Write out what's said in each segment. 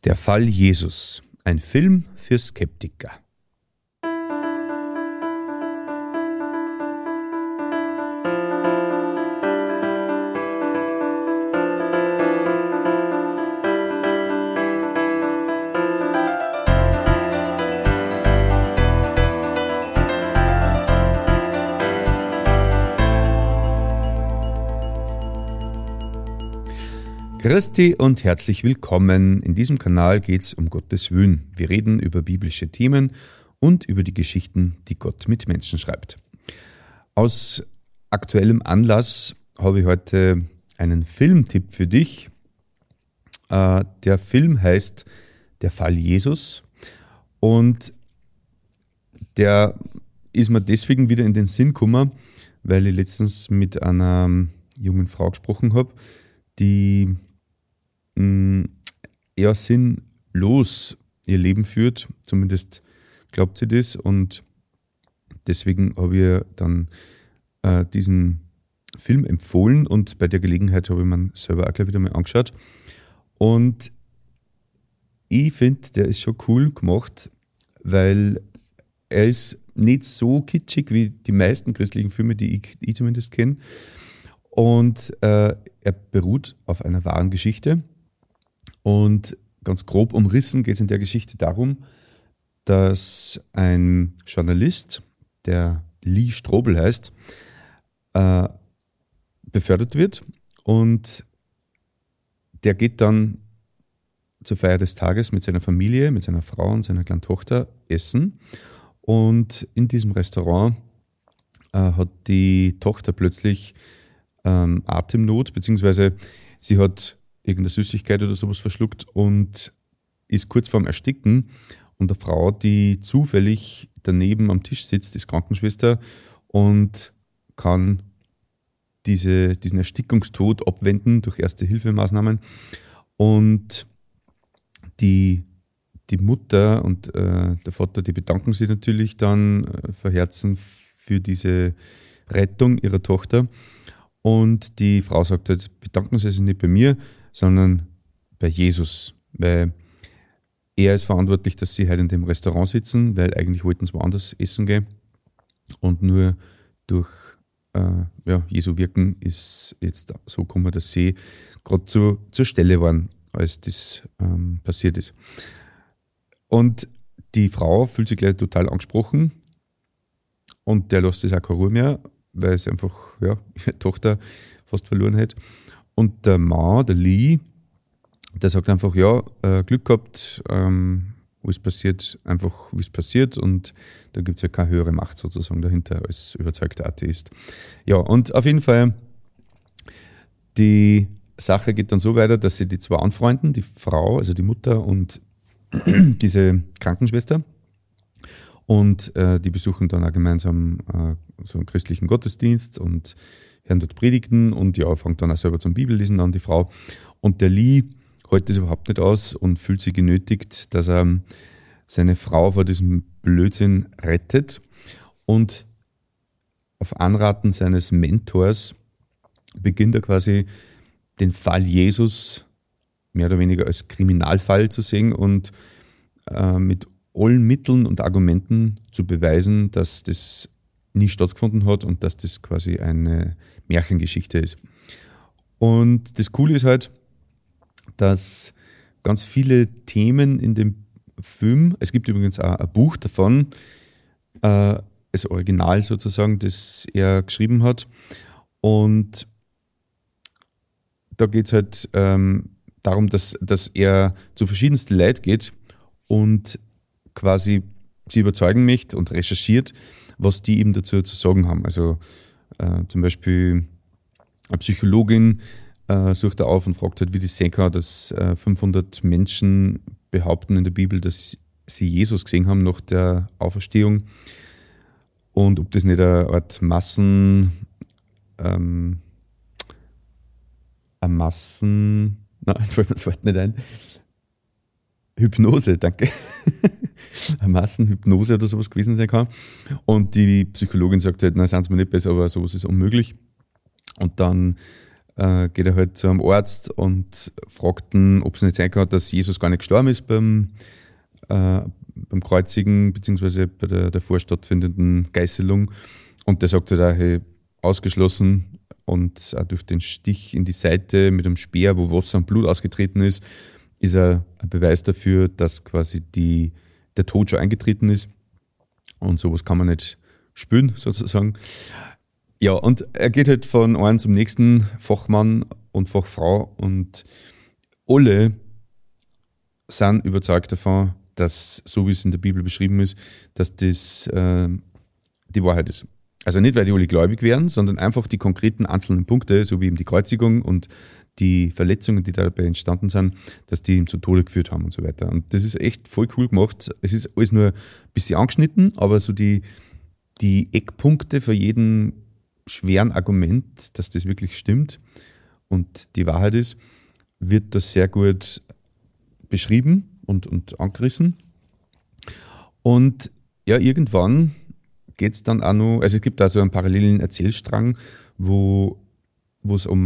Der Fall Jesus, ein Film für Skeptiker. Christi und herzlich willkommen. In diesem Kanal geht es um Gottes Willen. Wir reden über biblische Themen und über die Geschichten, die Gott mit Menschen schreibt. Aus aktuellem Anlass habe ich heute einen Filmtipp für dich. Der Film heißt Der Fall Jesus und der ist mir deswegen wieder in den Sinn gekommen, weil ich letztens mit einer jungen Frau gesprochen habe, die eher sinnlos ihr Leben führt, zumindest glaubt sie das, und deswegen habe ich ihr dann diesen Film empfohlen und bei der Gelegenheit habe ich mir selber auch gleich wieder mal angeschaut und ich finde, der ist schon cool gemacht, weil er ist nicht so kitschig wie die meisten christlichen Filme, die ich zumindest kenne, und er beruht auf einer wahren Geschichte. Und ganz grob umrissen geht es in der Geschichte darum, dass ein Journalist, der Lee Strobel heißt, befördert wird und der geht dann zur Feier des Tages mit seiner Familie, mit seiner Frau und seiner kleinen Tochter essen, und in diesem Restaurant hat die Tochter plötzlich Atemnot, beziehungsweise sie hat irgendeine Süßigkeit oder sowas verschluckt und ist kurz vorm Ersticken, und eine Frau, die zufällig daneben am Tisch sitzt, ist Krankenschwester und kann diesen Erstickungstod abwenden durch Erste-Hilfemaßnahmen, und die Mutter und der Vater, die bedanken sich natürlich dann von Herzen für diese Rettung ihrer Tochter, und die Frau sagt halt, bedanken Sie sich nicht bei mir, sondern bei Jesus, weil er ist verantwortlich, dass sie heute in dem Restaurant sitzen, weil eigentlich wollten sie woanders essen gehen, und nur durch Jesu Wirken ist jetzt so gekommen, dass sie gerade zur Stelle waren, als das passiert ist. Und die Frau fühlt sich gleich total angesprochen und der lässt es auch keine Ruhe mehr, weil sie einfach ihre Tochter fast verloren hat. Und der Mann, der Lee, der sagt einfach, Glück gehabt, alles passiert einfach, wie es passiert, und da gibt es ja keine höhere Macht sozusagen dahinter als überzeugter Atheist. Ja, und auf jeden Fall, die Sache geht dann so weiter, dass sie die zwei anfreunden, die Frau, also die Mutter und diese Krankenschwester, und die besuchen dann auch gemeinsam so einen christlichen Gottesdienst und hören dort Predigten und fängt dann auch selber zum Bibellesen an, die Frau. Und der Lee hält das überhaupt nicht aus und fühlt sich genötigt, dass er seine Frau vor diesem Blödsinn rettet, und auf Anraten seines Mentors beginnt er quasi den Fall Jesus mehr oder weniger als Kriminalfall zu sehen und mit allen Mitteln und Argumenten zu beweisen, dass das nie stattgefunden hat und dass das quasi eine Märchengeschichte ist. Und das Coole ist halt, dass ganz viele Themen in dem Film, es gibt übrigens auch ein Buch davon, das Original sozusagen, das er geschrieben hat, und da geht es halt darum, dass er zu verschiedensten Leuten geht und quasi sie überzeugen möchte und recherchiert, was die eben dazu zu sagen haben. Also zum Beispiel eine Psychologin sucht er auf und fragt halt, wie das sehen kann, dass 500 Menschen behaupten in der Bibel, dass sie Jesus gesehen haben nach der Auferstehung, und ob das nicht eine Art jetzt fällt mir das Wort nicht ein. Hypnose, danke. Eine Massenhypnose oder sowas gewesen sein kann. Und die Psychologin sagt halt, na, seien Sie mir nicht besser, aber sowas ist unmöglich. Und dann geht er halt zu einem Arzt und fragt ihn, ob es nicht sein kann, dass Jesus gar nicht gestorben ist beim Kreuzigen, beziehungsweise bei der davor stattfindenden Geißelung. Und der sagt halt auch, hey, ausgeschlossen, und auch durch den Stich in die Seite mit einem Speer, wo Wasser und Blut ausgetreten ist er ein Beweis dafür, dass quasi der Tod schon eingetreten ist. Und sowas kann man nicht spüren, sozusagen. Ja, und er geht halt von einem zum nächsten Fachmann und Fachfrau, und alle sind überzeugt davon, dass, so wie es in der Bibel beschrieben ist, dass das die Wahrheit ist. Also nicht, weil die alle gläubig wären, sondern einfach die konkreten einzelnen Punkte, so wie eben die Kreuzigung und die Verletzungen, die dabei entstanden sind, dass die ihn zu Tode geführt haben und so weiter. Und das ist echt voll cool gemacht. Es ist alles nur ein bisschen angeschnitten, aber so die Eckpunkte für jeden schweren Argument, dass das wirklich stimmt und die Wahrheit ist, wird das sehr gut beschrieben und angerissen. Und ja, irgendwann geht es dann auch noch, also es gibt da so einen parallelen Erzählstrang, wo es um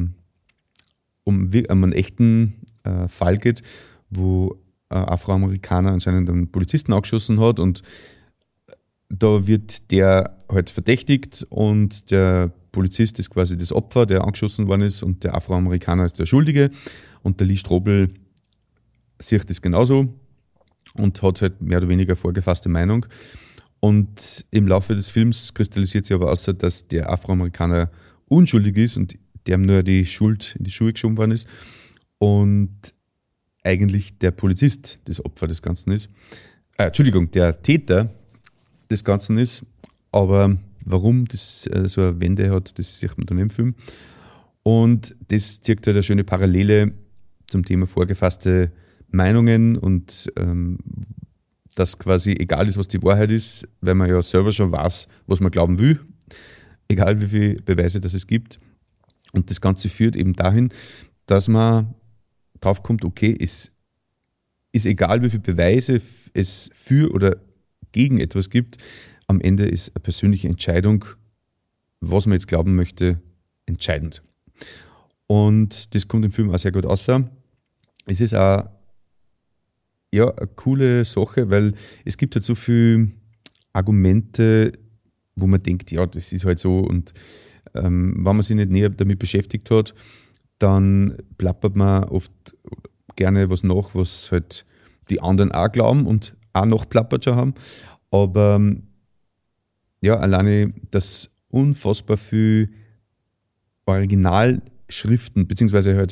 einen echten Fall geht, wo ein Afroamerikaner anscheinend einen Polizisten angeschossen hat, und da wird der halt verdächtigt und der Polizist ist quasi das Opfer, der angeschossen worden ist, und der Afroamerikaner ist der Schuldige, und der Lee Strobel sieht das genauso und hat halt mehr oder weniger vorgefasste Meinung. Und im Laufe des Films kristallisiert sich aber aus, dass der Afroamerikaner unschuldig ist und dem nur die Schuld in die Schuhe geschoben worden ist und eigentlich der Polizist das Opfer des Ganzen ist. Der Täter des Ganzen ist, aber warum das so eine Wende hat, das sieht man dann im Film. Und das zeigt halt eine schöne Parallele zum Thema vorgefasste Meinungen und dass quasi egal ist, was die Wahrheit ist, weil man ja selber schon weiß, was man glauben will, egal wie viele Beweise das es gibt. Und das Ganze führt eben dahin, dass man drauf kommt, okay, es ist egal, wie viele Beweise es für oder gegen etwas gibt, am Ende ist eine persönliche Entscheidung, was man jetzt glauben möchte, entscheidend. Und das kommt im Film auch sehr gut raus. Es ist auch eine coole Sache, weil es gibt halt so viele Argumente, wo man denkt, ja, das ist halt so, und wenn man sich nicht näher damit beschäftigt hat, dann plappert man oft gerne was nach, was halt die anderen auch glauben und auch noch plappert schon haben. Aber ja, alleine, dass unfassbar viel Originalschriften beziehungsweise halt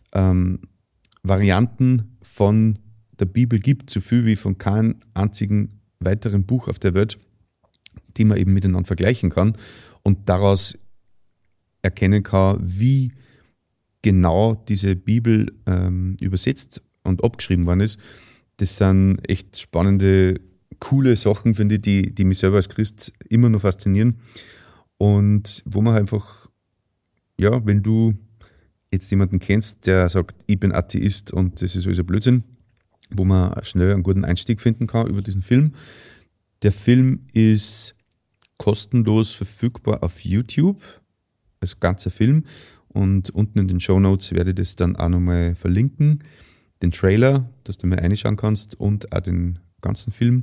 Varianten von der Bibel gibt, so viel wie von keinem einzigen weiteren Buch auf der Welt, die man eben miteinander vergleichen kann und daraus erkennen kann, wie genau diese Bibel übersetzt und abgeschrieben worden ist. Das sind echt spannende, coole Sachen, finde ich, die mich selber als Christ immer noch faszinieren und wo man einfach, ja, wenn du jetzt jemanden kennst, der sagt, ich bin Atheist und das ist alles ein Blödsinn, wo man schnell einen guten Einstieg finden kann über diesen Film. Der Film ist kostenlos verfügbar auf YouTube, als ganzer Film, und unten in den Shownotes werde ich das dann auch nochmal verlinken, den Trailer, dass du mir reinschauen kannst, und auch den ganzen Film.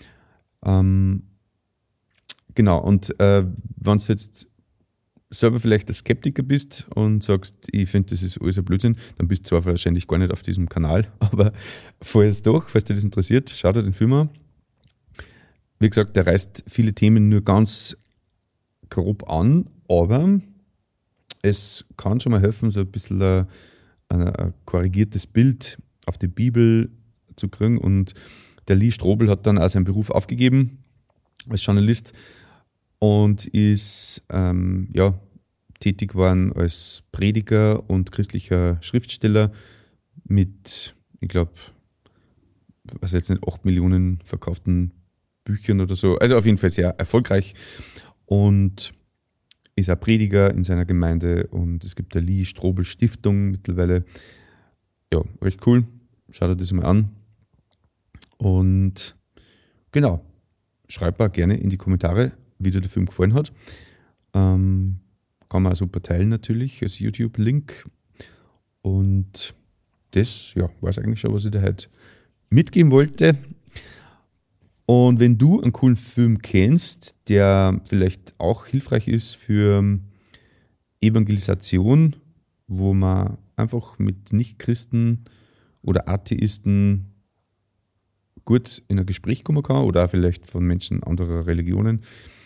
Genau, und wenn du jetzt selber vielleicht ein Skeptiker bist und sagst, ich finde, das ist alles ein Blödsinn, dann bist du zwar wahrscheinlich gar nicht auf diesem Kanal, aber falls dir das interessiert, schau dir den Film an. Wie gesagt, der reißt viele Themen nur ganz grob an, aber es kann schon mal helfen, so ein bisschen ein korrigiertes Bild auf die Bibel zu kriegen. Und der Lee Strobel hat dann auch seinen Beruf aufgegeben als Journalist und ist tätig geworden als Prediger und christlicher Schriftsteller mit, ich glaube, was jetzt nicht, 8 Millionen verkauften Büchern oder so. Also auf jeden Fall sehr erfolgreich und ist auch Prediger in seiner Gemeinde, und es gibt der Lee Strobel Stiftung mittlerweile. Ja, recht cool. Schaut euch das mal an. Und genau, schreibt mal gerne in die Kommentare, wie dir der Film gefallen hat. Kann kann man auch super teilen natürlich als YouTube-Link. Und das, ja, war es eigentlich schon, was ich dir heute mitgeben wollte. Und wenn du einen coolen Film kennst, der vielleicht auch hilfreich ist für Evangelisation, wo man einfach mit Nichtchristen oder Atheisten gut in ein Gespräch kommen kann oder auch vielleicht von Menschen anderer Religionen,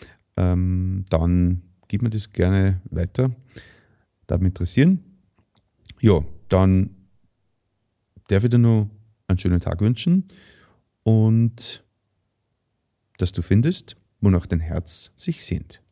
dann gib mir das gerne weiter. Darf mich interessieren. Ja, dann darf ich dir noch einen schönen Tag wünschen und dass du findest, wonach dein Herz sich sehnt.